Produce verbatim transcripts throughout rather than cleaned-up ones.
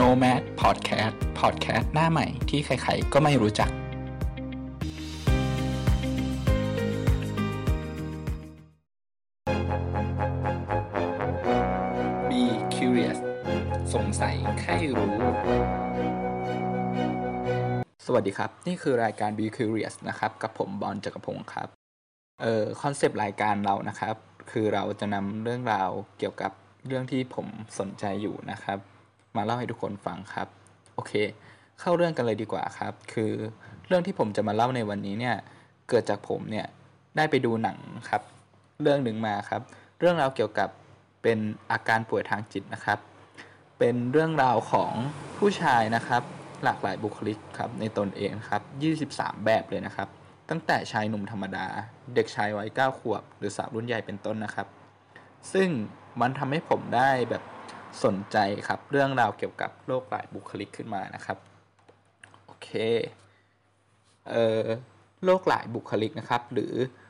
Nomad Podcast Podcast หน้าใหม่ที่ใครๆก็ไม่รู้จัก Be curious สงสัยใครรู้สวัสดีครับนี่คือรายการ Be Curious นะครับกับผมบอลจักรพงศ์ครับเอ่อคอนเซปต์รายการเรานะครับคือเราจะนำเรื่องราวเกี่ยวกับเรื่องที่ผมสนใจอยู่นะครับมาเล่าให้ทุกคนฟังครับโอเคเข้าเรื่องกันเลยดีกว่าครับคือเรื่องที่ผมจะมาเล่าในวันนี้เนี่ยเกิดจากผมเนี่ยได้ไปดูหนังครับเรื่องหนึ่งมาครับเรื่องราวเกี่ยวกับเป็นอาการป่วยทางจิตนะครับเป็นเรื่องราวของผู้ชายนะครับหลากหลายบุคลิกครับในตนเองครับยี่สิบสามแบบเลยนะครับตั้งแต่ชายหนุ่มธรรมดาเด็กชายวัยเก้าขวบหรือสาวรุ่นใหญ่เป็นต้นนะครับซึ่งมันทำให้ผมได้แบบสนใจครับเรื่องราวเกี่ยวกับโรคหลายบุคลิกขึ้นมานะครับโอเคเอ่อโรคหลายบุคลิกนะครับหรือ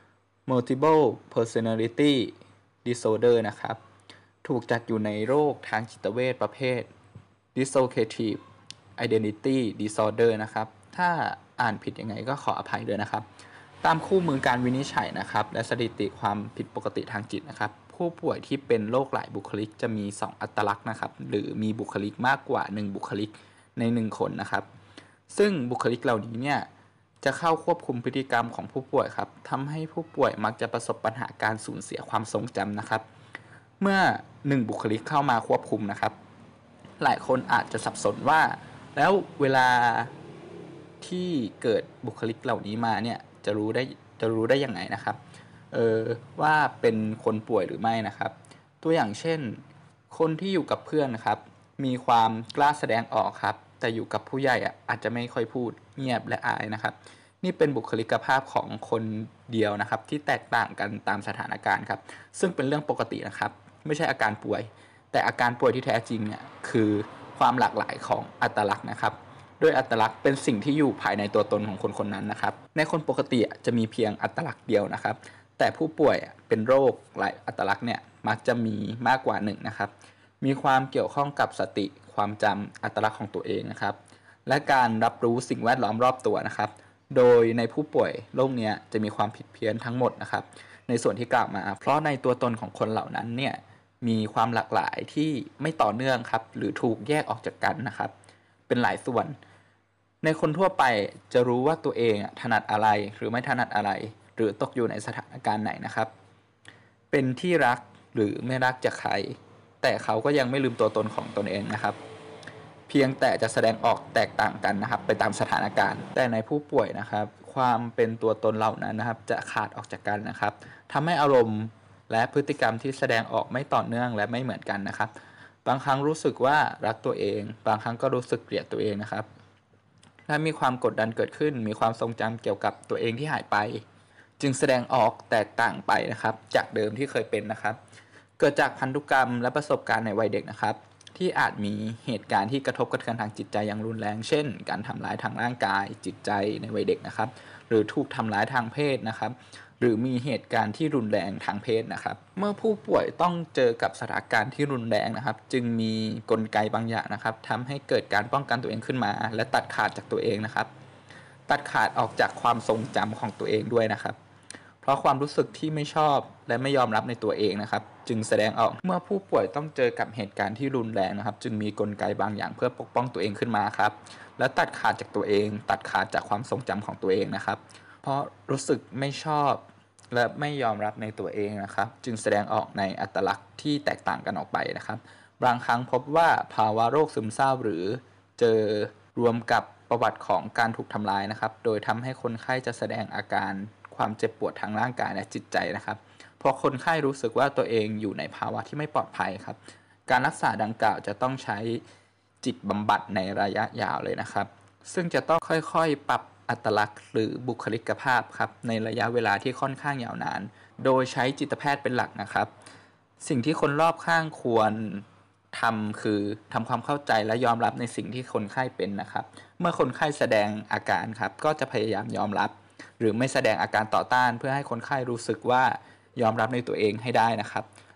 multiple personality disorder นะครับถูกจัดอยู่ในโรคทางจิตเวชประเภท dissociative identity disorder นะครับถ้าอ่านผิดยังไงก็ขออภัยด้วยนะครับตามคู่มือการวินิจฉัยนะครับและสถิติความผิดปกติทางจิตนะครับผู้ป่วยที่เป็นโรคหลายบุคลิกจะมีสองอัตลักษณ์นะครับหรือมีบุคลิกมากกว่าหนึ่งบุคลิกในหนึ่งคนนะครับซึ่งบุคลิกเหล่านี้เนี่ยจะเข้าควบคุมพฤติกรรมของผู้ป่วยครับทำให้ผู้ป่วยมักจะประสบปัญหาการสูญเสียความทรงจำนะครับเมื่อหนึ่งบุคลิกเข้ามาควบคุมนะครับหลายคนอาจจะสับสนว่าแล้วเวลาที่เกิดบุคลิกเหล่านี้มาเนี่ยจะรู้ได้จะรู้ได้ยังไงนะครับเออว่าเป็นคนป่วยหรือไม่นะครับตัวอย่างเช่นคนที่อยู่กับเพื่อนนะครับมีความกล้าแสดงออกครับแต่อยู่กับผู้ใหญ่อ่ะอาจจะไม่ค่อยพูดเงียบและอายนะครับนี่เป็นบุคลิกภาพของคนเดียวนะครับที่แตกต่างกันตามสถานการณ์ครับซึ่งเป็นเรื่องปกตินะครับไม่ใช่อาการป่วยแต่อาการป่วยที่แท้จริงเนี่ยคือความหลากหลายของอัตลักษณ์นะครับโดยอัตลักษณ์เป็นสิ่งที่อยู่ภายในตัวตนของคนคนนั้นนะครับในคนปกติจะมีเพียงอัตลักษณ์เดียวนะครับแต่ผู้ป่วยเป็นโรคหลายอัตลักษณ์เนี่ยมักจะมีมากกว่าหนึ่งนะครับมีความเกี่ยวข้องกับสติความจำอัตลักษณ์ของตัวเองนะครับและการรับรู้สิ่งแวดล้อมรอบตัวนะครับโดยในผู้ป่วยโรคนี้จะมีความผิดเพี้ยนทั้งหมดนะครับในส่วนที่กล่าวมาเพราะในตัวตนของคนเหล่านั้นเนี่ยมีความหลากหลายที่ไม่ต่อเนื่องครับหรือถูกแยกออกจากกันนะครับเป็นหลายส่วนในคนทั่วไปจะรู้ว่าตัวเองถนัดอะไรหรือไม่ถนัดอะไรหรือตกอยู่ในสถานการณ์ไหนนะครับเป็นที่รักหรือไม่รักจากใครแต่เขาก็ยังไม่ลืมตัวตนของตนเองนะครับเพียงแต่จะแสดงออกแตกต่างกันนะครับไปตามสถานการณ์แต่ในผู้ป่วยนะครับความเป็นตัวตนเหล่านั้นนะครับจะขาดออกจากกันนะครับทำให้อารมณ์และพฤติกรรมที่แสดงออกไม่ต่อเนื่องและไม่เหมือนกันนะครับบางครั้งรู้สึกว่ารักตัวเองบางครั้งก็รู้สึกเกลียดตัวเองนะครับและมีความกดดันเกิดขึ้นมีความทรงจำเกี่ยวกับตัวเองที่หายไปจึงแสดงออกแตกต่างไปนะครับจากเดิมที่เคยเป็นนะครับเกิดจากพันธุกรรมและประสบการณ์ในวัยเด็กนะครับที่อาจมีเหตุการณ์ที่กระทบกระเทือนทางจิตใจอย่างรุนแรงเช่นการทำร้ายทางร่างกายจิตใจในวัยเด็กนะครับหรือถูกทำร้ายทางเพศนะครับหรือมีเหตุการณ์ที่รุนแรงทางเพศนะครับเมื่อผู้ป่วยต้องเจอกับสถานการณ์ที่รุนแรงนะครับจึงมีกลไกบางอย่างนะครับทำให้เกิดการป้องกันตัวเองขึ้นมาและตัดขาดจากตัวเองนะครับตัดขาดออกจากความทรงจำของตัวเองด้วยนะครับเพราะความรู้สึกที่ไม่ชอบและไม่ยอมรับในตัวเองนะครับจึงแสดงออกเมื่อผู้ป่วยต้องเจอกับเหตุการณ์ที่รุนแรงนะครับจึงมีกลไกบางอย่างเพื่อปกป้องตัวเองขึ้นมาครับและตัดขาดจากตัวเองตัดขาดจากความทรงจำของตัวเองนะครับเพราะรู้สึกไม่ชอบและไม่ยอมรับในตัวเองนะครับจึงแสดงออกในอัตลักษณ์ที่แตกต่างกันออกไปนะครับบางครั้งพบว่าภาวะโรคซึมเศร้าหรือเจอรวมกับประวัติของการถูกทำร้ายนะครับโดยทำให้คนไข้จะแสดงอาการความเจ็บปวดทางร่างกายและจิตใจนะครับเพราะคนไข้รู้สึกว่าตัวเองอยู่ในภาวะที่ไม่ปลอดภัยครับการรักษาดังกล่าวจะต้องใช้จิตบำบัดในระยะยาวเลยนะครับซึ่งจะต้องค่อยๆปรับอัตลักษณ์หรือบุคลิกภาพครับในระยะเวลาที่ค่อนข้างยาวนานโดยใช้จิตแพทย์เป็นหลักนะครับสิ่งที่คนรอบข้างควรทำคือทำความเข้าใจและยอมรับในสิ่งที่คนไข้เป็นนะครับเมื่อคนไข้แสดงอาการครับก็จะพยายามยอมรับหรือไม่แสดงอาการต่อต้านเพื่อให้คนไข้รู้สึกว่ายอมรับในตัวเองให้ได้นะครับ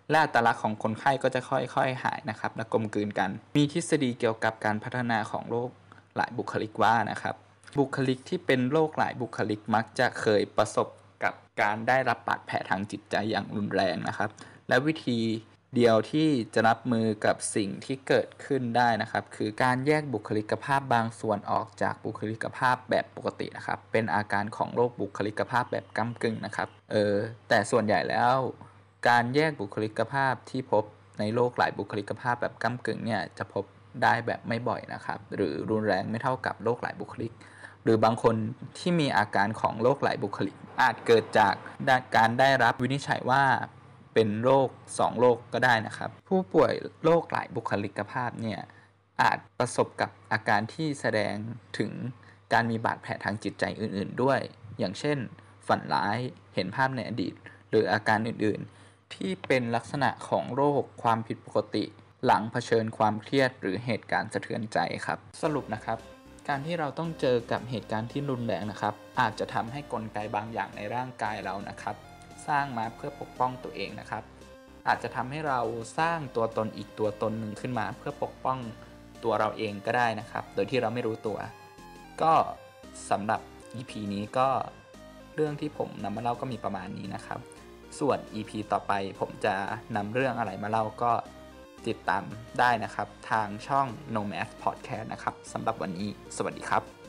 และอัตลักษณ์ของคนไข้ก็จะค่อยๆหายนะครับและกลมกลืนกันมีทฤษฎีเกี่ยวกับการพัฒนาของโรคหลายบุคลิกว่านะครับบุคลิกที่เป็นโรคหลายบุคลิกมักจะเคยประสบกับการได้รับบาดแผลทางจิตใจอย่างรุนแรงนะครับและวิธีเดียวที่จะรับมือกับสิ่งที่เกิดขึ้นได้นะครับคือการแยกบุคลิกภาพบางส่วนออกจากบุคลิกภาพแบบปกตินะครับเป็นอาการของโรคบุคลิกภาพแบบก้ำกึ่งนะครับเออแต่ส่วนใหญ่แล้วการแยกบุคลิกภาพที่พบในโรคหลายบุคลิกภาพแบบก้ำกึ่งเนี่ยจะพบได้แบบไม่บ่อยนะครับหรือรุนแรงไม่เท่ากับโรคหลายบุคลิกหรือบางคนที่มีอาการของโรคหลายบุคลิกอาจเกิดจากการได้รับวินิจฉัยว่าเป็นโรคสองโรคก็ได้นะครับผู้ป่วยโรคหลายบุคลิกภาพเนี่ยอาจประสบกับอาการที่แสดงถึงการมีบาดแผลทางจิตใจอื่นๆด้วยอย่างเช่นฝันร้ายเห็นภาพในอดีตหรืออาการอื่นๆที่เป็นลักษณะของโรคความผิดปกติหลังเผชิญความเครียดหรือเหตุการณ์สะเทือนใจครับสรุปนะครับการที่เราต้องเจอกับเหตุการณ์ที่รุนแรงนะครับอาจจะทำให้กลไกบางอย่างในร่างกายเรานะครับสร้างมาเพื่อปกป้องตัวเองนะครับอาจจะทำให้เราสร้างตัวตนอีกตัวตนหนึ่งขึ้นมาเพื่อปกป้องตัวเราเองก็ได้นะครับโดยที่เราไม่รู้ตัวก็สำหรับ อี พี นี้ก็เรื่องที่ผมนำมาเล่าก็มีประมาณนี้นะครับส่วน อี พี ต่อไปผมจะนำเรื่องอะไรมาเล่าก็ติดตามได้นะครับทางช่อง โนแมด Podcast นะครับสำหรับวันนี้สวัสดีครับ